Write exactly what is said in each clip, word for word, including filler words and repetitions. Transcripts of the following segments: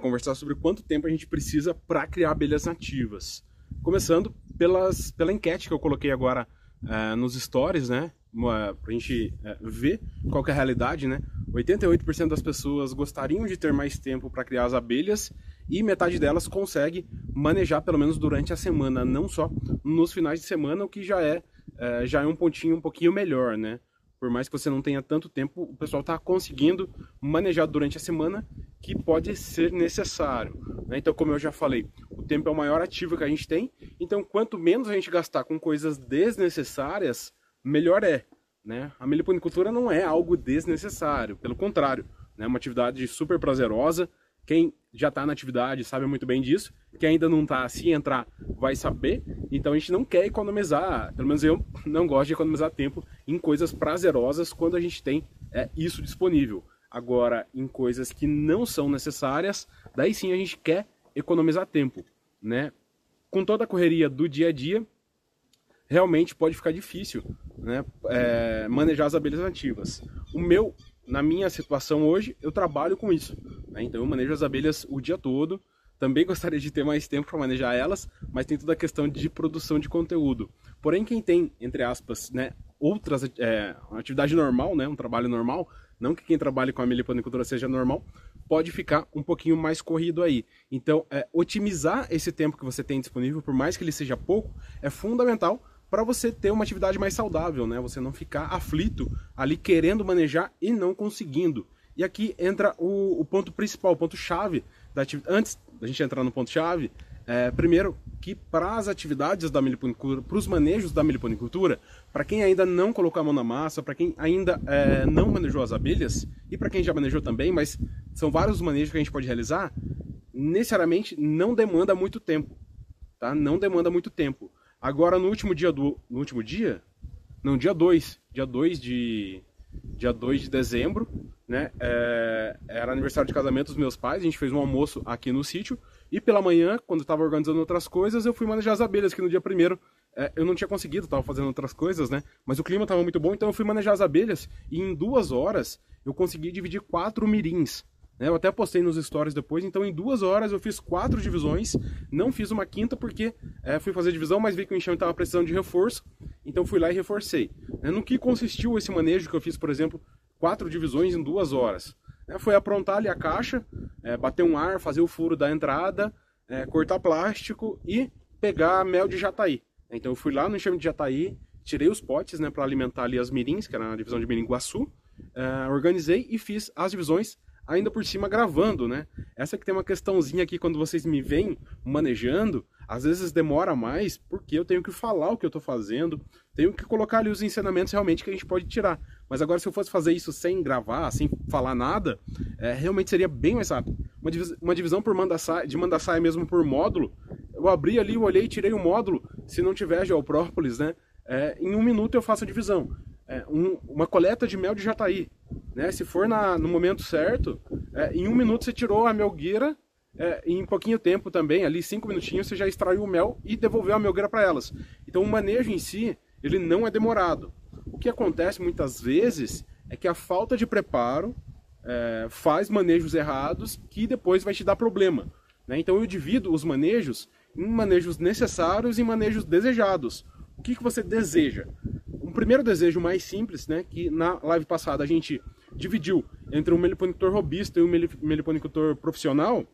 conversar sobre quanto tempo a gente precisa para criar abelhas nativas. Começando pelas, pela enquete que eu coloquei agora uh, nos stories, né? Para a gente uh, ver qual que é a realidade, né? oitenta e oito por cento das pessoas gostariam de ter mais tempo para criar as abelhas e metade delas consegue manejar pelo menos durante a semana, não só nos finais de semana, o que já é, uh, já é um pontinho um pouquinho melhor, né? Por mais que você não tenha tanto tempo, o pessoal está conseguindo manejar durante a semana, que pode ser necessário, né? Então, como eu já falei, o tempo é o maior ativo que a gente tem. Então, quanto menos a gente gastar com coisas desnecessárias, melhor é, né? A meliponicultura não é algo desnecessário, pelo contrário, né? É uma atividade super prazerosa. Quem já está na atividade sabe muito bem disso. Quem ainda não está, se entrar, vai saber. Então a gente não quer economizar, pelo menos eu não gosto de economizar tempo em coisas prazerosas quando a gente tem é, isso disponível. Agora, em coisas que não são necessárias, daí sim a gente quer economizar tempo, né? Com toda a correria do dia a dia, realmente pode ficar difícil, né? É, manejar as abelhas nativas. O meu... Na minha situação hoje, eu trabalho com isso, né? Então eu manejo as abelhas o dia todo. Também gostaria de ter mais tempo para manejar elas, mas tem toda a questão de produção de conteúdo. Porém, quem tem, entre aspas, né, outras, é, uma atividade normal, né, um trabalho normal, não que quem trabalhe com a meliponicultura seja normal, pode ficar um pouquinho mais corrido aí. Então, é, otimizar esse tempo que você tem disponível, por mais que ele seja pouco, é fundamental para você ter uma atividade mais saudável, né? Você não ficar aflito ali querendo manejar e não conseguindo. E aqui entra o, o ponto principal, o ponto-chave da atividade. Antes da gente entrar no ponto-chave, é, primeiro que para as atividades da meliponicultura, para os manejos da meliponicultura, para quem ainda não colocou a mão na massa, para quem ainda é, não manejou as abelhas, e para quem já manejou também, mas são vários manejos que a gente pode realizar, necessariamente não demanda muito tempo, tá? Não demanda muito tempo. Agora, no último dia do... No último dia? Não, dia dois. Dia dois de... Dia dois de dezembro, né? É, era aniversário de casamento dos meus pais. A gente fez um almoço aqui no sítio. E pela manhã, quando eu estava organizando outras coisas, eu fui manejar as abelhas, que no dia primeiro é, eu não tinha conseguido, estava fazendo outras coisas, né? Mas o clima estava muito bom, então eu fui manejar as abelhas. E em duas horas, eu consegui dividir quatro mirins. Eu até postei nos stories depois, então em duas horas eu fiz quatro divisões, não fiz uma quinta porque é, fui fazer divisão, mas vi que o enxame estava precisando de reforço, então fui lá e reforcei. No que consistiu esse manejo que eu fiz, por exemplo, quatro divisões em duas horas? É, foi aprontar ali a caixa, é, bater um ar, fazer o furo da entrada, é, cortar plástico e pegar mel de jataí. Então eu fui lá no enxame de jataí, tirei os potes, né, para alimentar ali as mirins, que era a divisão de mirim guaçu, é, organizei e fiz as divisões ainda por cima gravando, né? Essa que tem uma questãozinha aqui quando vocês me veem manejando, às vezes demora mais porque eu tenho que falar o que eu tô fazendo, tenho que colocar ali os ensinamentos realmente que a gente pode tirar. Mas agora se eu fosse fazer isso sem gravar, sem falar nada, é, realmente seria bem mais rápido. Uma, divis uma divisão por manda saia, de manda saia mesmo por módulo, eu abri ali, eu olhei, tirei o módulo, se não tiver geoprópolis, né? É, em um minuto eu faço a divisão. É, um, uma coleta de mel de jataí, né? Se for na, no momento certo, é, em um minuto você tirou a melgueira, é, em pouquinho tempo também, ali cinco minutinhos você já extraiu o mel e devolveu a melgueira para elas. Então o manejo em si, ele não é demorado. O que acontece muitas vezes é que a falta de preparo é, faz manejos errados que depois vai te dar problema, né? Então eu divido os manejos em manejos necessários e manejos desejados. O que, que você deseja? Um primeiro desejo mais simples, né, que na live passada a gente dividiu entre um meliponicultor robista e um meliponicultor profissional.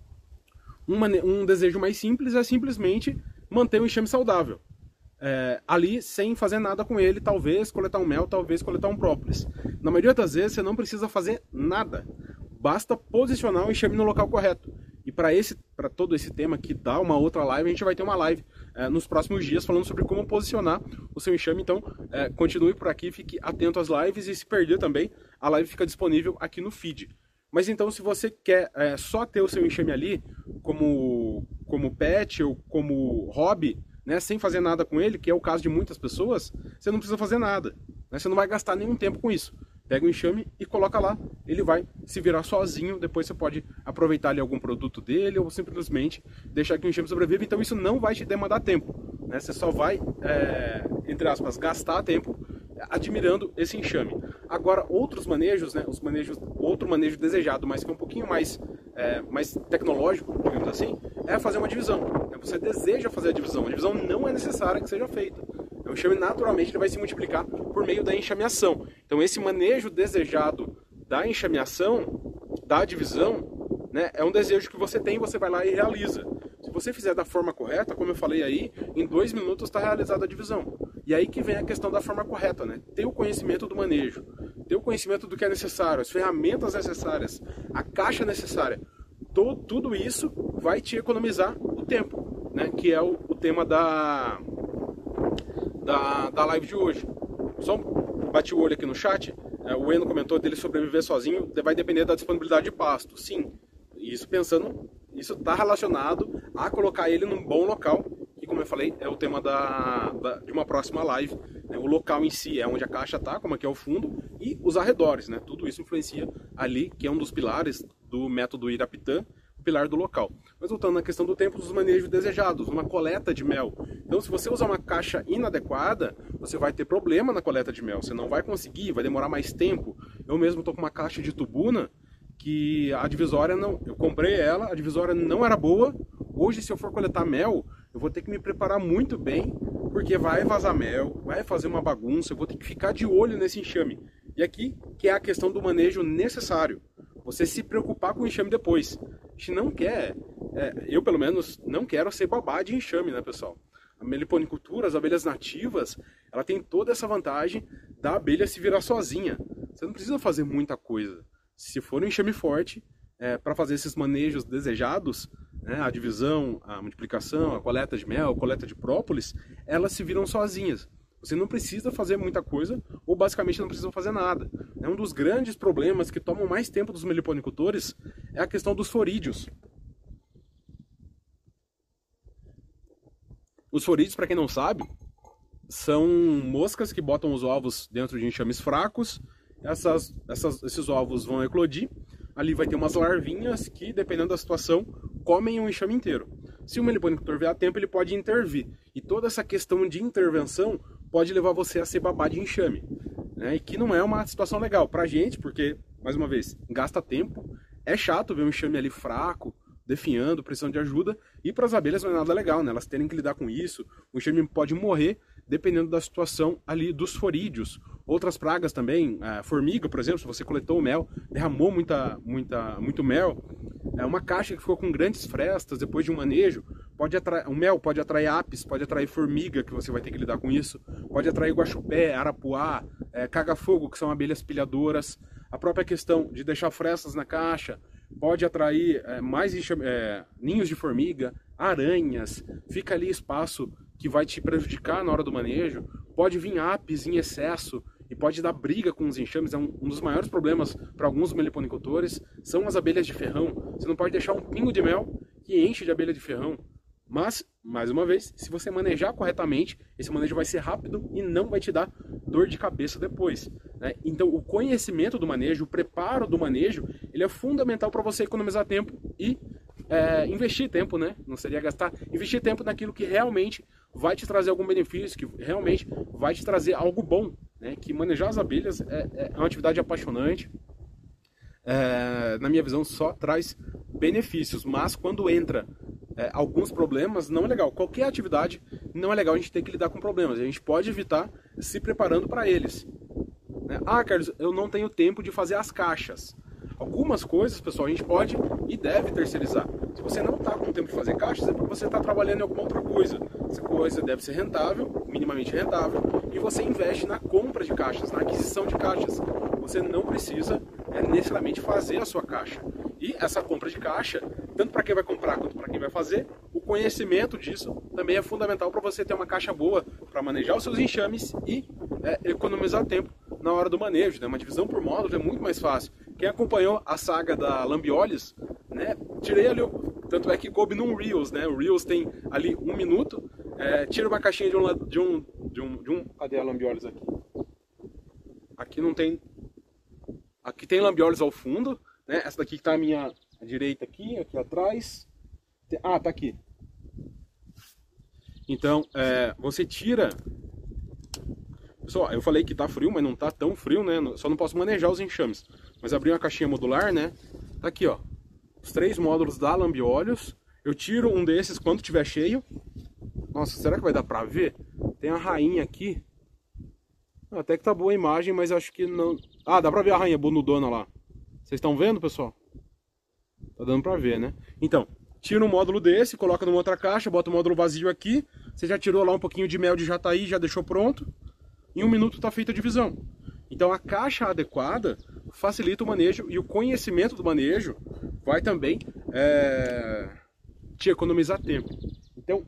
Um, um desejo mais simples é simplesmente manter o enxame saudável. É, ali sem fazer nada com ele, talvez coletar um mel, talvez coletar um própolis. Na maioria das vezes você não precisa fazer nada. Basta posicionar o enxame no local correto. E para esse, para todo esse tema que dá uma outra live, a gente vai ter uma live é, nos próximos dias falando sobre como posicionar o seu enxame. Então, é, continue por aqui, fique atento às lives e se perder também, a live fica disponível aqui no feed. Mas então, se você quer é, só ter o seu enxame ali como, como pet ou como hobby, né, sem fazer nada com ele, que é o caso de muitas pessoas, você não precisa fazer nada, né, você não vai gastar nenhum tempo com isso. Pega o enxame e coloca lá, ele vai se virar sozinho, depois você pode aproveitar ali algum produto dele ou simplesmente deixar que o enxame sobreviva, então isso não vai te demandar tempo, né? Você só vai, é, entre aspas, gastar tempo admirando esse enxame. Agora, outros manejos, né, os manejos, outro manejo desejado, mas que é um pouquinho mais é, mais tecnológico, digamos assim, é fazer uma divisão. Você deseja fazer a divisão. A divisão não é necessária que seja feita. O enxame naturalmente ele vai se multiplicar por meio da enxameação. Então esse manejo desejado da enxameação, da divisão, né, é um desejo que você tem e você vai lá e realiza. Se você fizer da forma correta, como eu falei aí, em dois minutos está realizada a divisão. E aí que vem a questão da forma correta, né? Ter o conhecimento do manejo, ter o conhecimento do que é necessário, as ferramentas necessárias, a caixa necessária. Todo, tudo isso vai te economizar o tempo, né? Que é o, o tema da, da, da live de hoje. Só bati o olho aqui no chat, é, o Eno comentou dele sobreviver sozinho, vai depender da disponibilidade de pasto. Sim, isso pensando, isso está relacionado a colocar ele num bom local, que como eu falei, é o tema da, da, de uma próxima live. Né? O local em si é onde a caixa está, como aqui é o fundo, e os arredores, né? Tudo isso influencia ali, que é um dos pilares do método Irapitã, o pilar do local. Mas voltando na questão do tempo dos manejos desejados, uma coleta de mel. Então se você usar uma caixa inadequada, você vai ter problema na coleta de mel, você não vai conseguir, vai demorar mais tempo. Eu mesmo estou com uma caixa de tubuna, que a divisória não, eu comprei ela, a divisória não era boa. Hoje se eu for coletar mel, eu vou ter que me preparar muito bem, porque vai vazar mel, vai fazer uma bagunça, eu vou ter que ficar de olho nesse enxame. E aqui que é a questão do manejo necessário, você se preocupar com o enxame depois. A gente não quer, é, eu pelo menos não quero ser babá de enxame, né pessoal? A meliponicultura, as abelhas nativas, ela tem toda essa vantagem da abelha se virar sozinha. Você não precisa fazer muita coisa. Se for um enxame forte, é, para fazer esses manejos desejados, né, a divisão, a multiplicação, a coleta de mel, a coleta de própolis, elas se viram sozinhas. Você não precisa fazer muita coisa, ou basicamente não precisa fazer nada. É um dos grandes problemas que tomam mais tempo dos meliponicultores é a questão dos forídeos. Os forídeos, para quem não sabe, são moscas que botam os ovos dentro de enxames fracos. Essas, essas, esses ovos vão eclodir, ali vai ter umas larvinhas que, dependendo da situação, comem o enxame inteiro. Se o meliponicultor vier a tempo, ele pode intervir. E toda essa questão de intervenção pode levar você a ser babá de enxame, né? E que não é uma situação legal pra gente, porque, mais uma vez, gasta tempo, é chato ver um enxame ali fraco, definhando, precisando de ajuda, e para as abelhas não é nada legal, né? Elas terem que lidar com isso, o enxame pode morrer, dependendo da situação ali dos forídeos. Outras pragas também, a formiga, por exemplo, se você coletou o mel, derramou muita, muita, muito mel, é uma caixa que ficou com grandes frestas depois de um manejo, pode atrair, o mel pode atrair apis, pode atrair formiga, que você vai ter que lidar com isso, pode atrair guaxupé, arapuá, é, caga-fogo, que são abelhas pilhadoras. A própria questão de deixar frestas na caixa pode atrair é, mais é, ninhos de formiga, aranhas, fica ali espaço que vai te prejudicar na hora do manejo, pode vir apis em excesso e pode dar briga com os enxames. É um, um dos maiores problemas para alguns meliponicultores, são as abelhas de ferrão. Você não pode deixar um pingo de mel que enche de abelha de ferrão. Mas, mais uma vez, se você manejar corretamente, esse manejo vai ser rápido e não vai te dar dor de cabeça depois, né? Então o conhecimento do manejo, o preparo do manejo, ele é fundamental para você economizar tempo e é, investir tempo, né? Não seria gastar, investir tempo naquilo que realmente vai te trazer algum benefício, que realmente vai te trazer algo bom, né? Que manejar as abelhas é, é uma atividade apaixonante, é, na minha visão só traz benefícios, mas quando entra É, alguns problemas, não é legal. Qualquer atividade não é legal a gente ter que lidar com problemas. A gente pode evitar se preparando para eles, né? Ah, Carlos, eu não tenho tempo de fazer as caixas. Algumas coisas, pessoal, a gente pode e deve terceirizar. Se você não está com tempo de fazer caixas, é porque você está trabalhando em alguma outra coisa. Essa coisa deve ser rentável, minimamente rentável, e você investe na compra de caixas, na aquisição de caixas. Você não precisa é, necessariamente fazer a sua caixa. E essa compra de caixa, tanto para quem vai comprar quanto para quem vai fazer, o conhecimento disso também é fundamental para você ter uma caixa boa para manejar os seus enxames e é, economizar tempo na hora do manejo, né? Uma divisão por módulo é muito mais fácil. Quem acompanhou a saga da Lambiollis, né? Tirei ali, tanto é que coube num Reels, né? O Reels tem ali um minuto, é, tira uma caixinha de um, de um, de um, de um... Cadê a Lambiollis aqui? Aqui não tem... Aqui tem Lambiollis ao fundo, né? Essa daqui que tá a minha direita aqui, aqui atrás. Ah, tá aqui. Então, é, você tira... Pessoal, eu falei que tá frio, mas não tá tão frio, né? Só não posso manejar os enxames. Mas abri uma caixinha modular, né? Tá aqui, ó. os três módulos da Lambiolhos. Eu tiro um desses quando tiver cheio. Nossa, será que vai dar pra ver? Tem a rainha aqui. Até que tá boa a imagem, mas acho que não... Ah, dá pra ver a rainha bonudona lá. Vocês estão vendo, pessoal? Tá dando pra ver, né? Então, tira um módulo desse, coloca numa outra caixa, bota o módulo vazio aqui. Você já tirou lá um pouquinho de mel de jataí, já deixou pronto. Em um minuto tá feita a divisão. Então a caixa adequada facilita o manejo e o conhecimento do manejo vai também é, te economizar tempo. Então,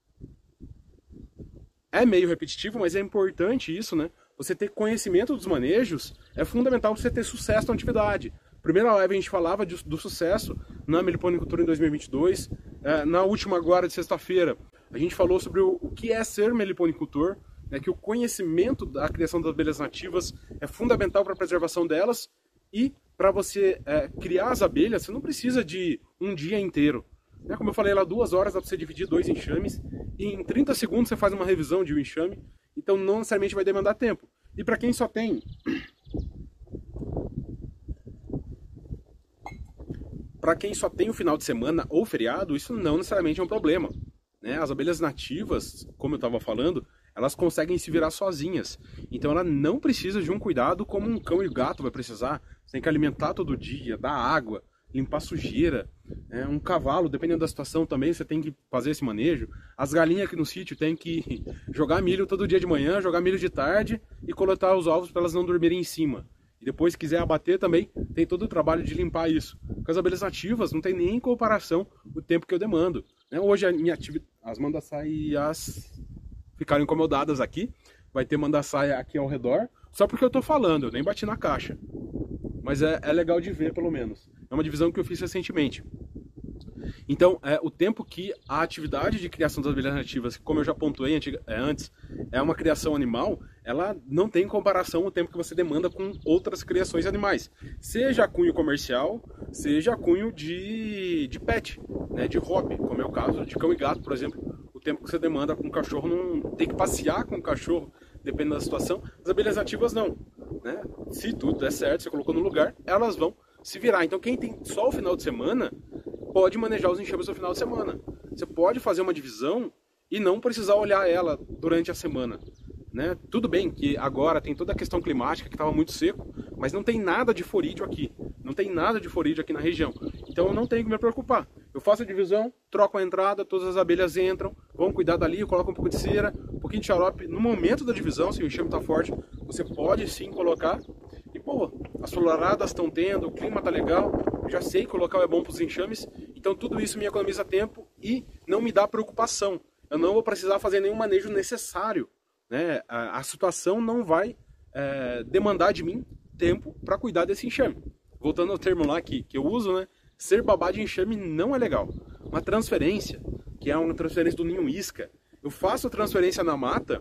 é meio repetitivo, mas é importante isso, né? Você ter conhecimento dos manejos é fundamental para você ter sucesso na atividade. Primeira live a gente falava de, do sucesso na meliponicultura em dois mil e vinte e dois. É, na última agora de sexta-feira, a gente falou sobre o, o que é ser meliponicultor, né, que o conhecimento da criação das abelhas nativas é fundamental para a preservação delas e para você é, criar as abelhas, você não precisa de um dia inteiro. Né? Como eu falei lá, duas horas dá para você dividir dois enxames e em trinta segundos você faz uma revisão de um enxame, então não necessariamente vai demandar tempo. E para quem só tem... Para quem só tem o final de semana ou feriado, isso não necessariamente é um problema. Né? As abelhas nativas, como eu estava falando, elas conseguem se virar sozinhas. Então ela não precisa de um cuidado como um cão e o gato vai precisar. Você tem que alimentar todo dia, dar água, limpar sujeira. É, um cavalo, dependendo da situação também, você tem que fazer esse manejo. As galinhas aqui no sítio tem que jogar milho todo dia de manhã, jogar milho de tarde e coletar os ovos para elas não dormirem em cima. E depois, se quiser abater também, tem todo o trabalho de limpar isso. Com as abelhas nativas, não tem nem comparação o tempo que eu demando. Né? Hoje a minha atividade... As mandaçaias ficaram incomodadas aqui. Vai ter mandaçaia aqui ao redor. Só porque eu tô falando, eu nem bati na caixa. Mas é, é legal de ver, pelo menos. É uma divisão que eu fiz recentemente. Então, é, o tempo que a atividade de criação das abelhas nativas, como eu já pontuei antiga, é, antes, é uma criação animal, ela não tem comparação o tempo que você demanda com outras criações animais. Seja cunho comercial, seja cunho de, de pet, né, de hobby, como é o caso de cão e gato, por exemplo. O tempo que você demanda com o cachorro, não tem que passear com o cachorro, dependendo da situação. As abelhas nativas não. Né? Se tudo der certo, você colocou no lugar, elas vão se virar. Então quem tem só o final de semana pode manejar os enxames no final de semana. Você pode fazer uma divisão e não precisar olhar ela durante a semana. Né? Tudo bem que agora tem toda a questão climática que estava muito seco, mas não tem nada de forídeo aqui. Não tem nada de forídeo aqui na região. Então eu não tenho que me preocupar. Eu faço a divisão, troco a entrada, todas as abelhas entram, vão cuidar dali, eu coloco um pouco de cera, um pouquinho de xarope. No momento da divisão, se o enxame está forte, você pode sim colocar. E pô, as floraradas estão tendo, o clima tá legal, eu já sei que o local é bom para os enxames, então tudo isso me economiza tempo e não me dá preocupação. Eu não vou precisar fazer nenhum manejo necessário. Né? A, a situação não vai é, demandar de mim tempo para cuidar desse enxame. Voltando ao termo lá que, que eu uso, né? Ser babá de enxame não é legal. Uma transferência, que é uma transferência do ninho isca, eu faço a transferência na mata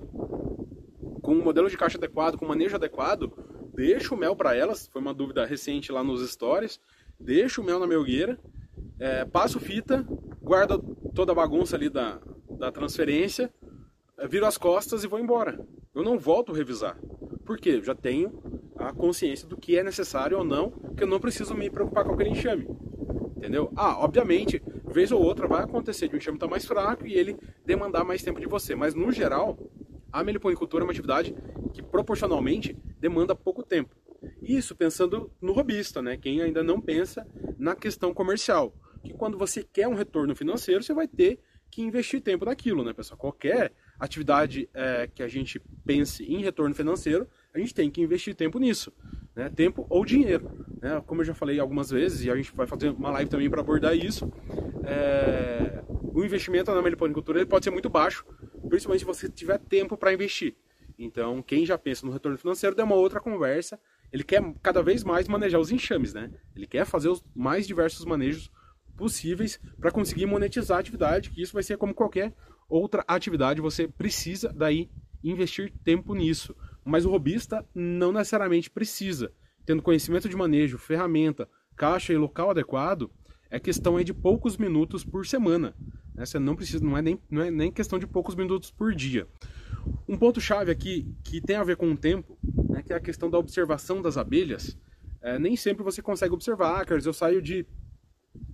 com um modelo de caixa adequado, com manejo adequado, deixo o mel para elas, foi uma dúvida recente lá nos stories, deixo o mel na melgueira, é, passo fita, guardo toda a bagunça ali da, da transferência, viro as costas e vou embora. Eu não volto a revisar. Por quê? Eu já tenho a consciência do que é necessário ou não, que eu não preciso me preocupar com aquele enxame. Entendeu? Ah, obviamente, vez ou outra vai acontecer de um enxame estar mais fraco e ele demandar mais tempo de você. Mas, no geral, a meliponicultura é uma atividade que, proporcionalmente, demanda pouco tempo. Isso pensando no hobbyista, né? Quem ainda não pensa na questão comercial. Que quando você quer um retorno financeiro, você vai ter que investir tempo naquilo, né, pessoal? Qualquer atividade é, que a gente pense em retorno financeiro, a gente tem que investir tempo nisso, né? Tempo ou dinheiro, né? Como eu já falei algumas vezes, e a gente vai fazer uma live também para abordar isso, é... o investimento na meliponicultura ele pode ser muito baixo, principalmente se você tiver tempo para investir. Então, quem já pensa no retorno financeiro, dá uma outra conversa. Ele quer cada vez mais manejar os enxames, né? Ele quer fazer os mais diversos manejos possíveis para conseguir monetizar a atividade, que isso vai ser como qualquer outra atividade, você precisa daí investir tempo nisso. Mas o hobbyista não necessariamente precisa. Tendo conhecimento de manejo, ferramenta, caixa e local adequado, é questão aí de poucos minutos por semana. Né? Você não precisa, não é, nem, não é nem questão de poucos minutos por dia. Um ponto-chave aqui que tem a ver com o tempo, né, que é a questão da observação das abelhas. É, nem sempre você consegue observar. Ah, quer dizer, eu saio de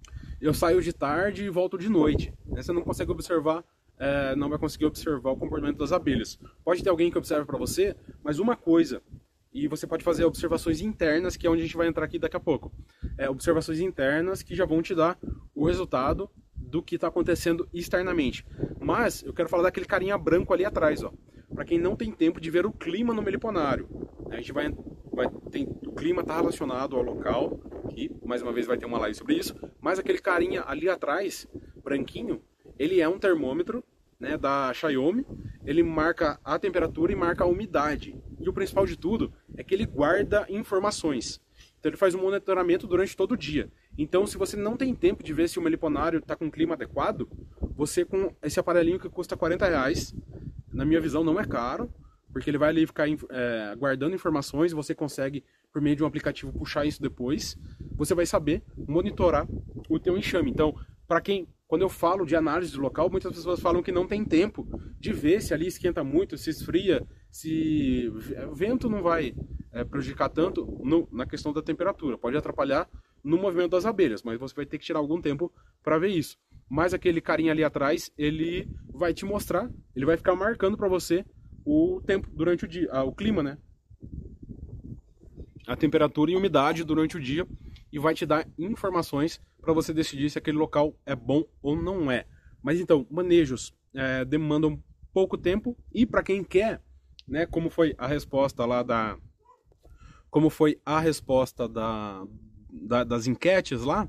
eu saio de tarde e volto de noite. Né? Você não consegue observar, é, não vai conseguir observar o comportamento das abelhas. Pode ter alguém que observe para você, mas uma coisa, e você pode fazer observações internas, que é onde a gente vai entrar aqui daqui a pouco. É, observações internas que já vão te dar o resultado do que está acontecendo externamente. Mas eu quero falar daquele carinha branco ali atrás, ó. Para quem não tem tempo de ver o clima no meliponário. A gente vai, vai tem, o clima está relacionado ao local, e mais uma vez vai ter uma live sobre isso, mas aquele carinha ali atrás, branquinho, ele é um termômetro, né, da Xiaomi, ele marca a temperatura e marca a umidade. E o principal de tudo é que ele guarda informações. Então ele faz um monitoramento durante todo o dia. Então se você não tem tempo de ver se o meliponário está com um clima adequado, você com esse aparelhinho que custa quarenta reais, na minha visão não é caro, porque ele vai ali ficar é, guardando informações, você consegue, por meio de um aplicativo, puxar isso depois, você vai saber monitorar o teu enxame. Então, para quem, quando eu falo de análise do local, muitas pessoas falam que não tem tempo de ver se ali esquenta muito, se esfria, se o vento não vai é, prejudicar tanto no, na questão da temperatura, pode atrapalhar no movimento das abelhas, mas você vai ter que tirar algum tempo para ver isso. Mas aquele carinha ali atrás, ele vai te mostrar, ele vai ficar marcando para você o tempo durante o dia, ah, o clima, né? A temperatura e umidade durante o dia, e vai te dar informações para você decidir se aquele local é bom ou não é. Mas então, manejos é, demandam pouco tempo, e para quem quer, né, como foi a resposta lá da como foi a resposta da, da das enquetes lá,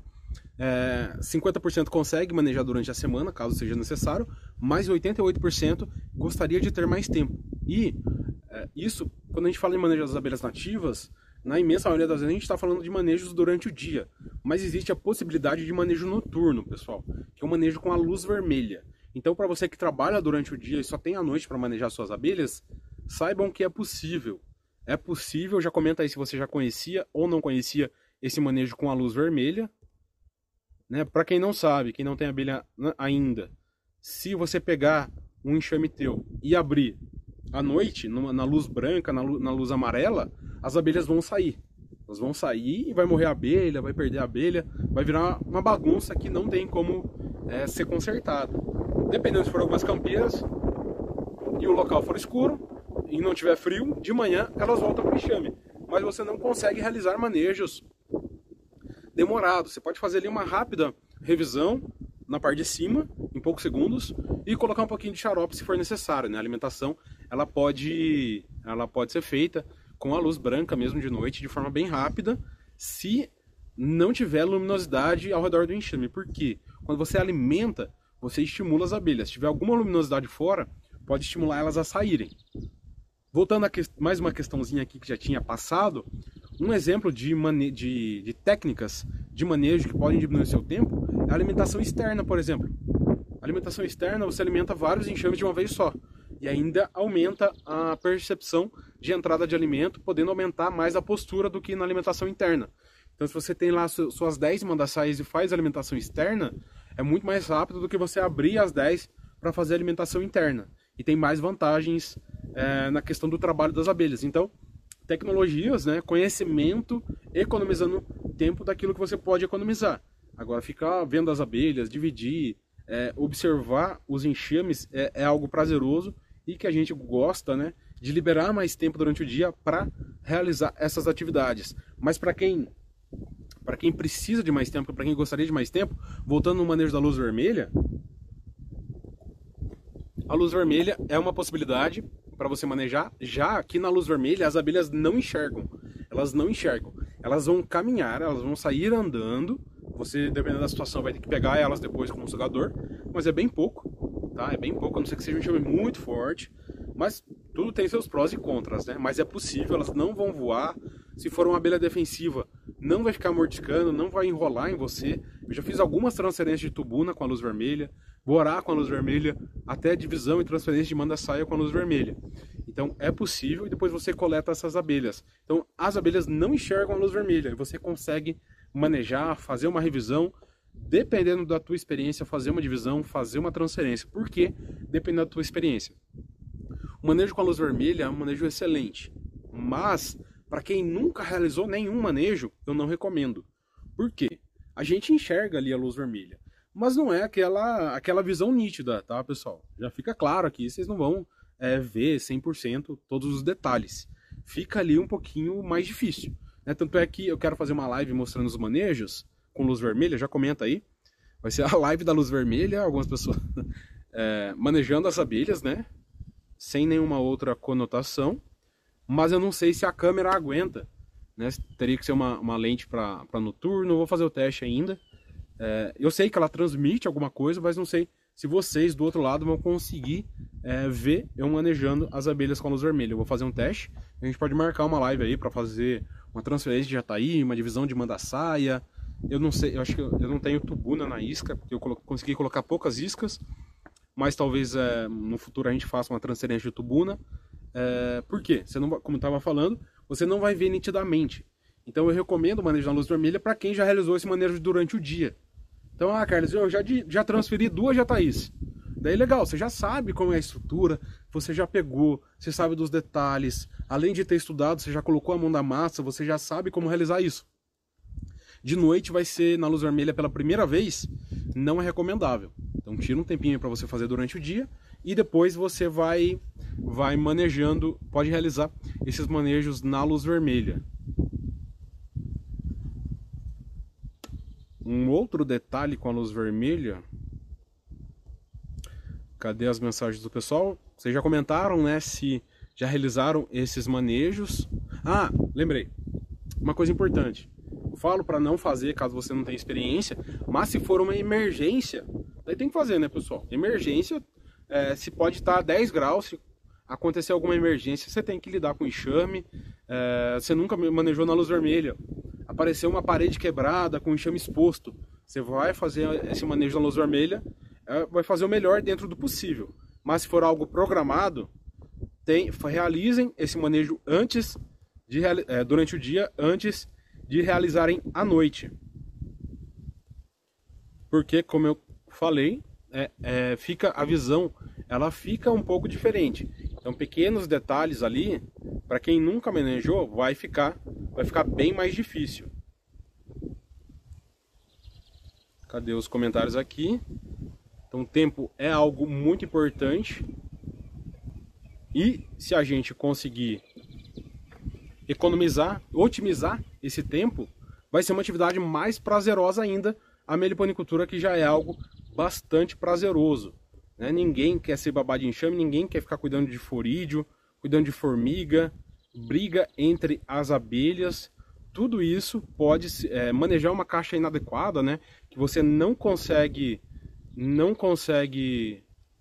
é, cinquenta por cento consegue manejar durante a semana, caso seja necessário, mas oitenta e oito por cento gostaria de ter mais tempo. E é, isso, quando a gente fala em manejo das abelhas nativas, na imensa maioria das vezes a gente está falando de manejos durante o dia, mas existe a possibilidade de manejo noturno, pessoal, que é o manejo com a luz vermelha. Então, para você que trabalha durante o dia e só tem a noite para manejar suas abelhas, saibam que é possível. É possível, já comenta aí se você já conhecia ou não conhecia esse manejo com a luz vermelha. Né? Para quem não sabe, quem não tem abelha ainda, se você pegar um enxame teu e abrir à noite, na luz branca, na luz, na luz amarela, as abelhas vão sair. Elas vão sair e vai morrer a abelha, vai perder a abelha, vai virar uma bagunça que não tem como é, ser consertada. Dependendo se for algumas campeiras e o local for escuro e não tiver frio, de manhã elas voltam para o enxame. Mas você não consegue realizar manejos demorado. Você pode fazer ali uma rápida revisão na parte de cima, em poucos segundos, e colocar um pouquinho de xarope se for necessário, né? A alimentação ela pode, ela pode ser feita com a luz branca mesmo de noite, de forma bem rápida, se não tiver luminosidade ao redor do enxame. Porque quando você alimenta, você estimula as abelhas. Se tiver alguma luminosidade fora, pode estimular elas a saírem. Voltando a que... mais uma questãozinha aqui que já tinha passado, um exemplo de, mane... de... de técnicas de manejo que podem diminuir o seu tempo é a alimentação externa, por exemplo. A alimentação externa, você alimenta vários enxames de uma vez só. E ainda aumenta a percepção de entrada de alimento, podendo aumentar mais a postura do que na alimentação interna. Então, se você tem lá suas dez mandaçais e faz alimentação externa, é muito mais rápido do que você abrir as dez para fazer alimentação interna. E tem mais vantagens é, na questão do trabalho das abelhas. Então, tecnologias, né, conhecimento, economizando tempo daquilo que você pode economizar. Agora, ficar vendo as abelhas, dividir, é, observar os enxames é, é algo prazeroso e que a gente gosta, né, de liberar mais tempo durante o dia para realizar essas atividades. Mas para quem, para quem precisa de mais tempo, para quem gostaria de mais tempo, voltando no manejo da luz vermelha, a luz vermelha é uma possibilidade para você manejar, já que na luz vermelha as abelhas não enxergam, elas não enxergam, elas vão caminhar, elas vão sair andando, você, dependendo da situação, vai ter que pegar elas depois com um sugador, mas é bem pouco, tá? É bem pouco, a não ser que seja um enxame muito forte, mas tudo tem seus prós e contras, né? Mas é possível, elas não vão voar, se for uma abelha defensiva, não vai ficar mordiscando, não vai enrolar em você. Eu já fiz algumas transferências de tubuna com a luz vermelha, borá com a luz vermelha, até divisão e transferência de manda-saia com a luz vermelha. Então é possível, e depois você coleta essas abelhas. Então as abelhas não enxergam a luz vermelha, e você consegue manejar, fazer uma revisão, dependendo da tua experiência, fazer uma divisão, fazer uma transferência. Por quê? Dependendo da tua experiência. O manejo com a luz vermelha é um manejo excelente, mas para quem nunca realizou nenhum manejo, eu não recomendo. Por quê? a gente enxerga ali a luz vermelha. Mas não é aquela, aquela visão nítida, tá, pessoal? Já fica claro aqui, vocês não vão é, ver cem por cento todos os detalhes. Fica ali um pouquinho mais difícil. Né? Tanto é que eu quero fazer uma live mostrando os manejos com luz vermelha, já comenta aí. Vai ser a live da luz vermelha, algumas pessoas é, manejando as abelhas, né? Sem nenhuma outra conotação. Mas eu não sei se a câmera aguenta. Né? Teria que ser uma, uma lente para noturno, vou fazer o teste ainda. É, eu sei que ela transmite alguma coisa, mas não sei se vocês do outro lado vão conseguir é, ver eu manejando as abelhas com a luz vermelha. Eu vou fazer um teste, a gente pode marcar uma live aí para fazer uma transferência de Jataí, uma divisão de Mandaçaia. Eu não sei, eu acho que eu, eu não tenho tubuna na isca, porque eu colo consegui colocar poucas iscas, mas talvez é, no futuro a gente faça uma transferência de tubuna. É, por quê? Você não, como eu estava falando, você não vai ver nitidamente. Então eu recomendo o manejo na luz vermelha para quem já realizou esse manejo durante o dia. Então, ah, Carlos, eu já, já transferi duas Jataís. Daí legal, você já sabe como é a estrutura, você já pegou, você sabe dos detalhes. Além de ter estudado, você já colocou a mão na massa, você já sabe como realizar isso. De noite vai ser na luz vermelha pela primeira vez, não é recomendável. Então tira um tempinho para você fazer durante o dia e depois você vai, vai manejando, pode realizar esses manejos na luz vermelha. Um outro detalhe com a luz vermelha. Cadê as mensagens do pessoal? Vocês já comentaram, né? Se já realizaram esses manejos. Ah, lembrei. Uma coisa importante. Eu falo para não fazer caso você não tenha experiência. Mas se for uma emergência, daí tem que fazer, né, pessoal? Emergência, é, se pode estar a dez graus. Se acontecer alguma emergência, você tem que lidar com enxame. É, você nunca manejou na luz vermelha. Apareceu uma parede quebrada com enxame exposto, você vai fazer esse manejo na luz vermelha, vai fazer o melhor dentro do possível. Mas se for algo programado, tem, realizem esse manejo antes de, é, durante o dia, antes de realizarem à noite. Porque, como eu falei, é, é, fica, a visão ela fica um pouco diferente. Então pequenos detalhes ali, para quem nunca manejou, vai ficar, vai ficar bem mais difícil. Cadê os comentários aqui? Então o tempo é algo muito importante. E se a gente conseguir economizar, otimizar esse tempo, vai ser uma atividade mais prazerosa ainda, a meliponicultura, que já é algo bastante prazeroso. Né? Ninguém quer ser babá de enxame, ninguém quer ficar cuidando de forídeo, cuidando de formiga, briga entre as abelhas. Tudo isso pode é, manejar uma caixa inadequada, né? Que você não consegue, não consegue,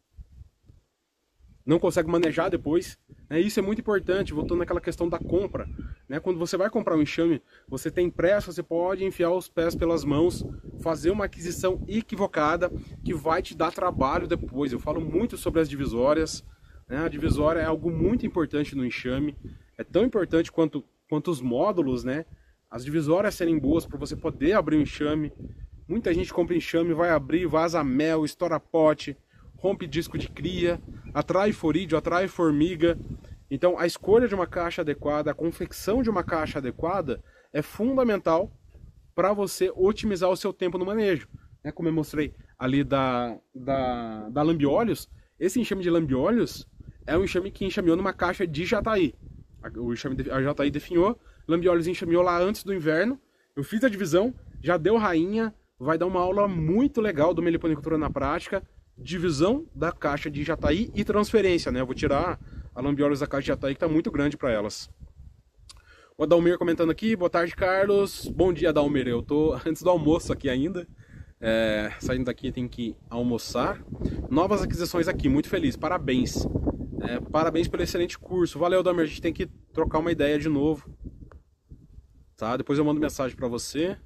não consegue manejar depois. Né? Isso é muito importante, voltando naquela questão da compra. Né? Quando você vai comprar um enxame, você tem pressa, você pode enfiar os pés pelas mãos, fazer uma aquisição equivocada que vai te dar trabalho depois. Eu falo muito sobre as divisórias. Né? A divisória é algo muito importante no enxame. É tão importante quanto, quanto os módulos, né? As divisórias serem boas para você poder abrir o enxame. Muita gente compra enxame, vai abrir, vaza mel, estoura pote, rompe disco de cria, atrai forídeo, atrai formiga. Então a escolha de uma caixa adequada, a confecção de uma caixa adequada é fundamental para você otimizar o seu tempo no manejo. Né? Como eu mostrei ali da, da, da lambiolhos, esse enxame de lambiolhos é um enxame que enxameou numa caixa de Jataí. O enxame, a Jataí definhou, lambiolhos enxameou lá antes do inverno. Eu fiz a divisão, já deu rainha, vai dar uma aula muito legal do meliponicultura na prática. Divisão da caixa de Jataí e transferência, né? Eu vou tirar a lambiolhos da caixa de Jataí, que está muito grande para elas. O Adalmir comentando aqui, boa tarde, Carlos. Bom dia, Adalmir. Eu tô antes do almoço aqui ainda. É, saindo daqui tem que almoçar. Novas aquisições aqui, muito feliz, parabéns. É, parabéns pelo excelente curso. Valeu, Adalmir, a gente tem que trocar uma ideia de novo. Tá? Depois eu mando mensagem para você.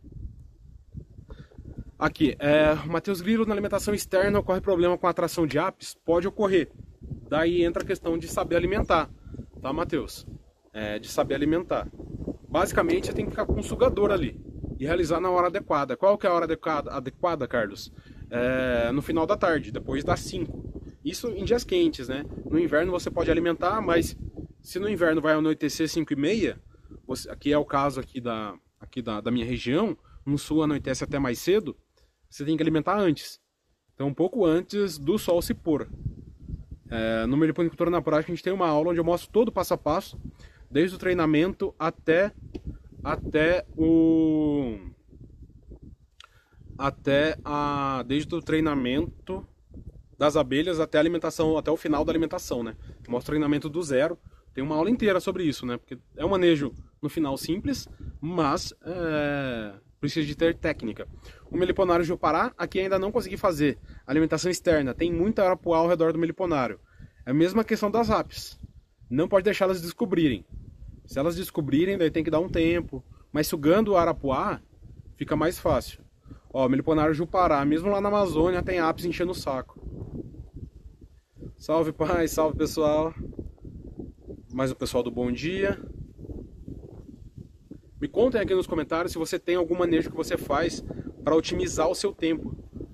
Aqui, é, Matheus Grilo, na alimentação externa ocorre problema com a atração de apis? Pode ocorrer. Daí entra a questão de saber alimentar, tá, Matheus? É, de saber alimentar. Basicamente, você tem que ficar com um sugador ali e realizar na hora adequada. Qual que é a hora adequada, adequada Carlos? É, no final da tarde, depois das cinco. Isso em dias quentes, né? No inverno você pode alimentar, mas se no inverno vai anoitecer cinco e meia, você, aqui é o caso aqui da, aqui da, da minha região, no sul anoitece até mais cedo, você tem que alimentar antes. Então, um pouco antes do sol se pôr. É, no Meliponicultura na Prática, a gente tem uma aula onde eu mostro todo o passo a passo, desde o treinamento até, até o... Até a... Desde o treinamento das abelhas até a alimentação, até o final da alimentação, né? Mostra o treinamento do zero. Tem uma aula inteira sobre isso, né? Porque é um manejo, no final, simples, mas é... precisa de ter técnica. O meliponário Jupará, aqui ainda não consegui fazer. Alimentação externa, tem muita arapuá ao redor do meliponário. É a mesma questão das apes. Não pode deixar elas descobrirem. Se elas descobrirem, daí tem que dar um tempo. Mas sugando o arapuá, fica mais fácil. Ó, o meliponário Jupará, mesmo lá na Amazônia, tem apes enchendo o saco. Salve, pai, salve, pessoal. Mais o pessoal do bom dia. Me contem aqui nos comentários se você tem algum manejo que você faz para otimizar o seu tempo.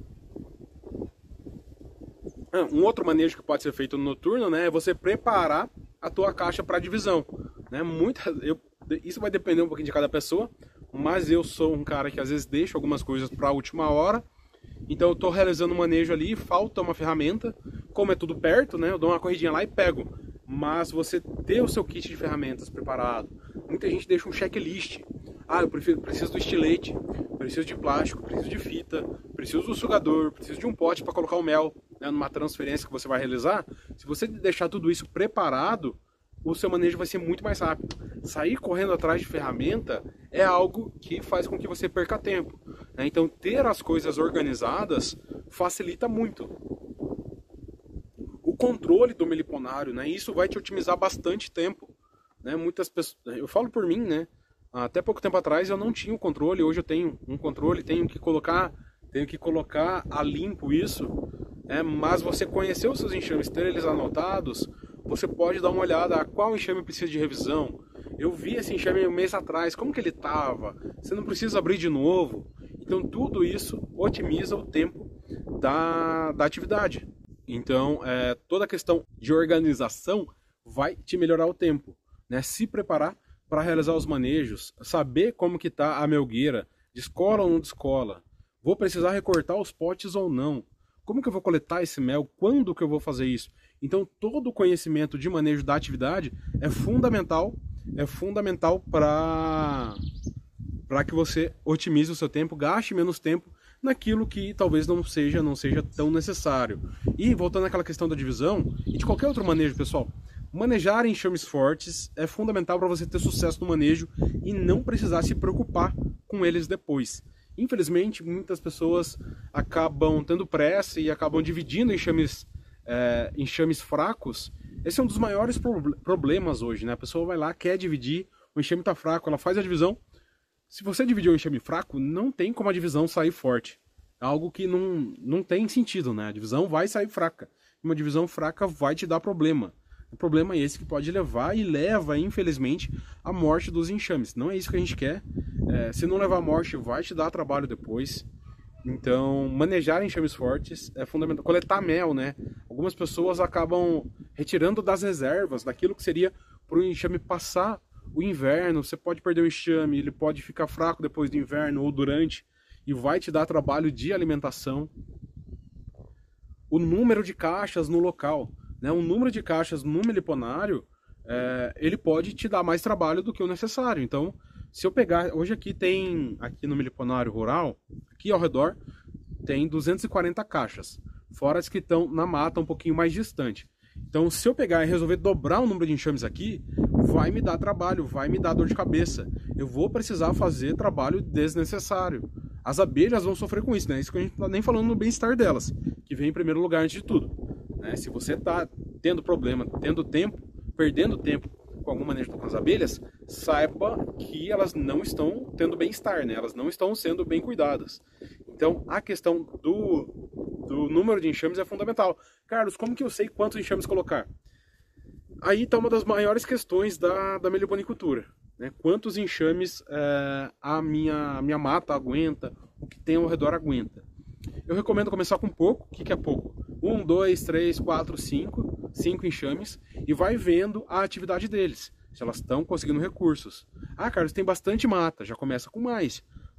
Um outro manejo que pode ser feito no noturno, né, é você preparar a tua caixa para divisão. Né? Muita, eu, isso vai depender um pouquinho de cada pessoa, mas eu sou um cara que às vezes deixa algumas coisas para a última hora. Então eu estou realizando um manejo ali, falta uma ferramenta, como é tudo perto, né, eu dou uma corridinha lá e pego. Mas você ter o seu kit de ferramentas preparado. Muita gente deixa um checklist. Ah, eu prefiro, preciso do estilete, preciso de plástico, preciso de fita, preciso do sugador, preciso de um pote para colocar o mel, né, numa transferência que você vai realizar. Se você deixar tudo isso preparado, o seu manejo vai ser muito mais rápido. Sair correndo atrás de ferramenta é algo que faz com que você perca tempo. Né? Então ter as coisas organizadas facilita muito. O controle do meliponário, né? Isso vai te otimizar bastante tempo, né? Muitas pessoas, eu falo por mim, né? Até pouco tempo atrás eu não tinha o controle, hoje eu tenho um controle, tenho que colocar, tenho que colocar a limpo isso, né? Mas você conhecer os seus enxames, ter eles anotados, você pode dar uma olhada a qual enxame precisa de revisão. Eu vi esse enxame um mês atrás, como que ele estava? Você não precisa abrir de novo. Então tudo isso otimiza o tempo da, da atividade. Então, é, toda a questão de organização vai te melhorar o tempo, né? Se preparar para realizar os manejos, saber como que está a melgueira, descola ou não descola, vou precisar recortar os potes ou não, como que eu vou coletar esse mel, quando que eu vou fazer isso. Então, todo o conhecimento de manejo da atividade é fundamental, é fundamental para para que você otimize o seu tempo, gaste menos tempo naquilo que talvez não seja, não seja tão necessário. E voltando àquela questão da divisão, e de qualquer outro manejo, pessoal, manejar enxames fortes é fundamental para você ter sucesso no manejo e não precisar se preocupar com eles depois. Infelizmente, muitas pessoas acabam tendo pressa e acabam dividindo enxames, é, enxames fracos. Esse é um dos maiores pro problemas hoje, né? A pessoa vai lá, quer dividir, o enxame está fraco, ela faz a divisão. Se você dividir um enxame fraco, não tem como a divisão sair forte. É algo que não, não tem sentido, né? A divisão vai sair fraca. Uma divisão fraca vai te dar problema. O problema é esse que pode levar e leva, infelizmente, à morte dos enxames. Não é isso que a gente quer. É, se não levar à morte, vai te dar trabalho depois. Então, manejar enxames fortes é fundamental. Coletar mel, né? Algumas pessoas acabam retirando das reservas, daquilo que seria para o enxame passar o inverno. Você pode perder o enxame, ele pode ficar fraco depois do inverno ou durante, e vai te dar trabalho de alimentação. O número de caixas no local, né? O número de caixas no meliponário, é, ele pode te dar mais trabalho do que o necessário. Então, se eu pegar, hoje aqui tem, aqui no meliponário rural, aqui ao redor, tem duzentas e quarenta caixas, fora as que estão na mata um pouquinho mais distante. Então, se eu pegar e resolver dobrar o número de enxames aqui, vai me dar trabalho, vai me dar dor de cabeça. Eu vou precisar fazer trabalho desnecessário. As abelhas vão sofrer com isso, né? Isso que a gente não está nem falando no bem-estar delas, que vem em primeiro lugar antes de tudo. Né? Se você está tendo problema, tendo tempo, perdendo tempo com alguma manejo com as abelhas, saiba que elas não estão tendo bem-estar, né? Elas não estão sendo bem cuidadas. Então, a questão do, do número de enxames é fundamental. Carlos, como que eu sei quantos enxames colocar? Aí está uma das maiores questões da, da meliponicultura. Né? Quantos enxames é, a, minha, a minha mata aguenta, o que tem ao redor aguenta. Eu recomendo começar com pouco. O que, que é pouco? Um, dois, três, quatro, cinco. Cinco enxames. E vai vendo a atividade deles. Se elas estão conseguindo recursos. Ah, Carlos, tem bastante mata. Já começa com mais.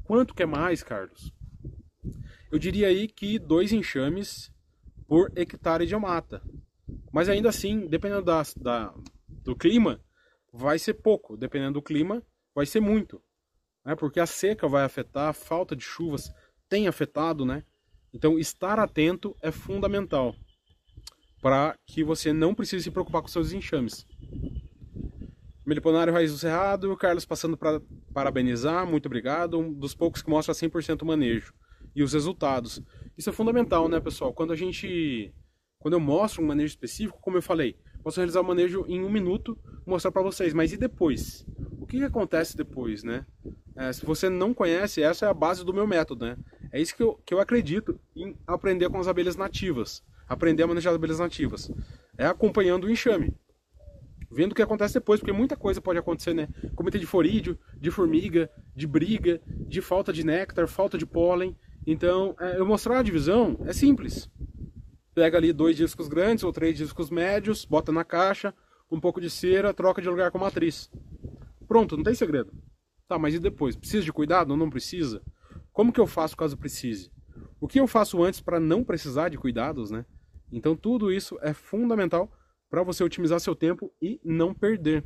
Quanto que é mais, Carlos? Eu diria aí que dois enxames por hectare de mata. Mas ainda assim, dependendo da, da, do clima, vai ser pouco. Dependendo do clima, vai ser muito. Né? Porque a seca vai afetar, a falta de chuvas tem afetado, né? Então, estar atento é fundamental para que você não precise se preocupar com seus enxames. Meliponário Raiz do Cerrado, Carlos passando para parabenizar, muito obrigado. Um dos poucos que mostra cem por cento o manejo e os resultados. Isso é fundamental, né, pessoal? Quando a gente, quando eu mostro um manejo específico, como eu falei, posso realizar o manejo em um minuto, mostrar para vocês. Mas e depois? O que, que acontece depois, né? É, se você não conhece, essa é a base do meu método, né? É isso que eu, que eu acredito em aprender com as abelhas nativas. Aprender a manejar as abelhas nativas. É acompanhando o enxame. Vendo o que acontece depois, porque muita coisa pode acontecer, né? Comitê de forídeo, de formiga, de briga, de falta de néctar, falta de pólen. Então, é, eu mostrar a divisão é simples. Pega ali dois discos grandes ou três discos médios, bota na caixa, um pouco de cera, troca de lugar com a matriz. Pronto, não tem segredo. Tá, mas e depois? Precisa de cuidado ou não precisa? Como que eu faço caso precise? O que eu faço antes para não precisar de cuidados, né? Então tudo isso é fundamental para você otimizar seu tempo e não perder.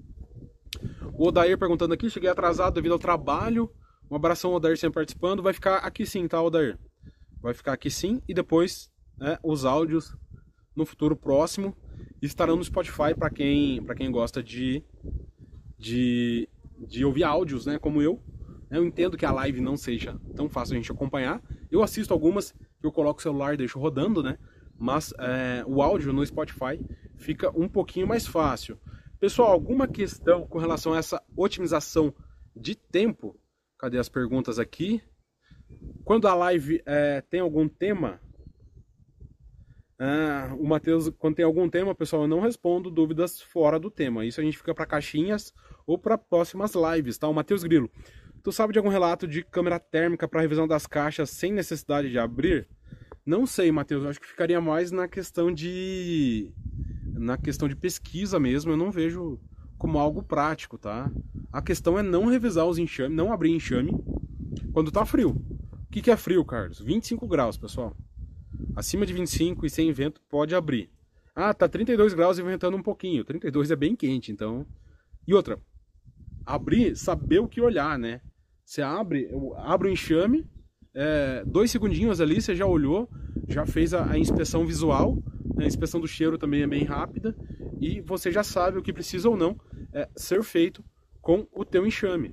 O Odair perguntando aqui, cheguei atrasado devido ao trabalho. Um abração, Odair, sempre participando. Vai ficar aqui sim, tá, Odair? Vai ficar aqui sim e depois, né, os áudios no futuro próximo estarão no Spotify para quem, para quem gosta de, de, de ouvir áudios, né, como eu. Eu entendo que a live não seja tão fácil a gente acompanhar. Eu assisto algumas que eu coloco o celular e deixo rodando, né? Mas é, o áudio no Spotify fica um pouquinho mais fácil. Pessoal, alguma questão com relação a essa otimização de tempo? Cadê as perguntas aqui? Quando a live é, tem algum tema, ah, o Matheus, quando tem algum tema, pessoal, eu não respondo dúvidas fora do tema. Isso a gente fica para caixinhas ou para próximas lives, tá? O Matheus Grilo, tu sabe de algum relato de câmera térmica para revisão das caixas sem necessidade de abrir? Não sei, Matheus, eu acho que ficaria mais na questão de na questão de pesquisa mesmo. Eu não vejo como algo prático, tá? A questão é não revisar os enxames, não abrir enxame quando tá frio. O que que é frio, Carlos? vinte e cinco graus, pessoal. Acima de vinte e cinco e sem vento pode abrir. Ah, tá trinta e dois graus e ventando um pouquinho. trinta e dois é bem quente, então. E outra, abrir, saber o que olhar, né? Você abre, abre o enxame, é, dois segundinhos ali, você já olhou, já fez a, a inspeção visual, né? A inspeção do cheiro também é bem rápida, e você já sabe o que precisa ou não é, ser feito com o teu enxame.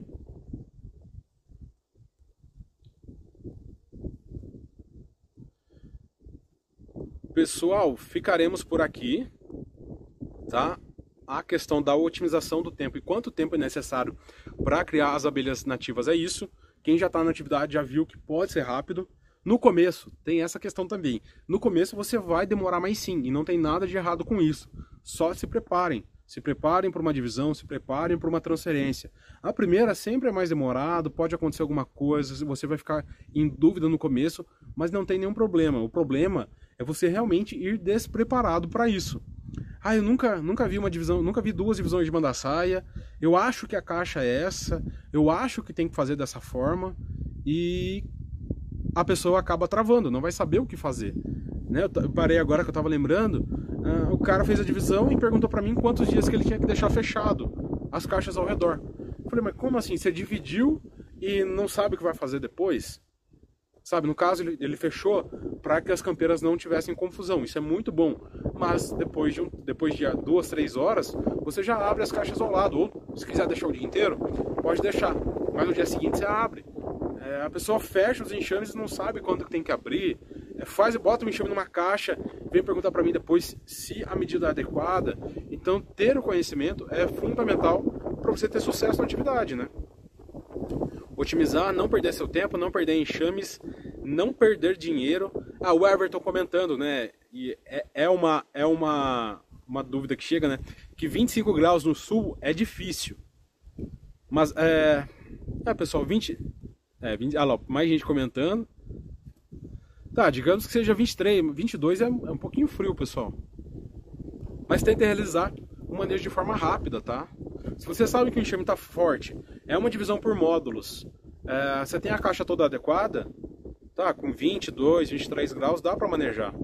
Pessoal, ficaremos por aqui, tá? A questão da otimização do tempo e quanto tempo é necessário para criar as abelhas nativas é isso. Quem já está na atividade já viu que pode ser rápido. No começo, tem essa questão também. No começo você vai demorar mais sim, e não tem nada de errado com isso. Só se preparem. Se preparem para uma divisão, se preparem para uma transferência. A primeira sempre é mais demorado, pode acontecer alguma coisa, você vai ficar em dúvida no começo, mas não tem nenhum problema. O problema é você realmente ir despreparado para isso. Ah, eu nunca, nunca vi uma divisão, nunca vi duas divisões de manda-saia. Eu acho que a caixa é essa, eu acho que tem que fazer dessa forma, e a pessoa acaba travando, não vai saber o que fazer. Né? Eu parei agora que eu estava lembrando, uh, o cara fez a divisão e perguntou para mim quantos dias que ele tinha que deixar fechado as caixas ao redor. Eu falei, mas como assim? Você dividiu e não sabe o que vai fazer depois? Sabe, no caso ele, ele fechou para que as campeiras não tivessem confusão, isso é muito bom. Mas depois de, um, depois de duas, três horas, você já abre as caixas ao lado. Ou se quiser deixar o dia inteiro, pode deixar. Mas no dia seguinte você abre. É, a pessoa fecha os enxames e não sabe quando tem que abrir. É, faz, bota o enxame numa caixa, vem perguntar para mim depois se a medida é adequada. Então ter o conhecimento é fundamental para você ter sucesso na atividade, né? Otimizar, não perder seu tempo, não perder enxames, não perder dinheiro. Ah, o Everton comentando, né? E é, é, uma, é uma, uma dúvida que chega, né? Que vinte e cinco graus no sul é difícil. Mas, é... é pessoal, vinte... É, vinte... Ah lá, mais gente comentando. Tá, digamos que seja vinte e três, vinte e dois é, é um pouquinho frio, pessoal. Mas tente realizar o manejo de forma rápida, tá? Se você sabe que o enxame está forte, é uma divisão por módulos, É, você tem a caixa toda adequada, tá? Com vinte e dois, vinte e três graus, dá para manejar.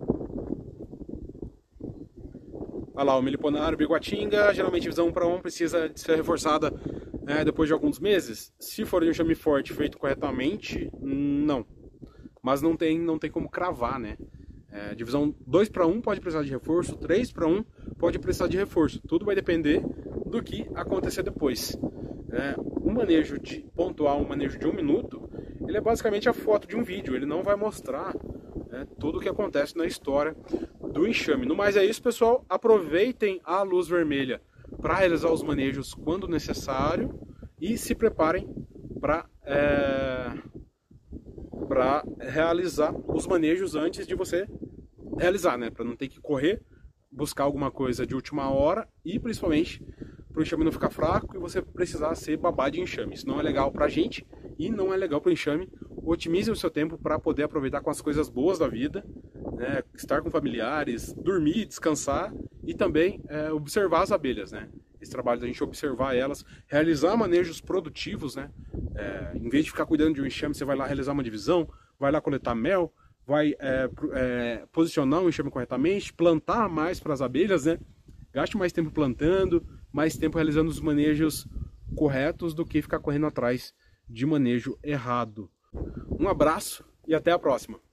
Olha lá, o Meliponário, Biguatinga, geralmente visão um para um precisa de ser reforçada é, depois de alguns meses. Se for de um enxame forte feito corretamente, não. Mas não tem, não tem como cravar, né? É, divisão dois para um pode precisar de reforço, três para um pode precisar de reforço. Tudo vai depender do que acontecer depois. É, um manejo de pontual, um manejo de um minuto, ele é basicamente a foto de um vídeo. Ele não vai mostrar é, tudo o que acontece na história do enxame. No mais é isso, pessoal. Aproveitem a luz vermelha para realizar os manejos quando necessário e se preparem para é, para realizar os manejos antes de você realizar, né? Para não ter que correr, buscar alguma coisa de última hora e principalmente para o enxame não ficar fraco e você precisar ser babá de enxame. Isso não é legal para a gente e não é legal para o enxame. Otimize o seu tempo para poder aproveitar com as coisas boas da vida, né? Estar com familiares, dormir, descansar e também é, observar as abelhas, né? Esse trabalho da gente observar elas, realizar manejos produtivos, né? É, em vez de ficar cuidando de um enxame, você vai lá realizar uma divisão, vai lá coletar mel, vai é, é, posicionar o enxame corretamente, plantar mais para as abelhas, né? Gaste mais tempo plantando, mais tempo realizando os manejos corretos do que ficar correndo atrás de manejo errado. Um abraço e até a próxima!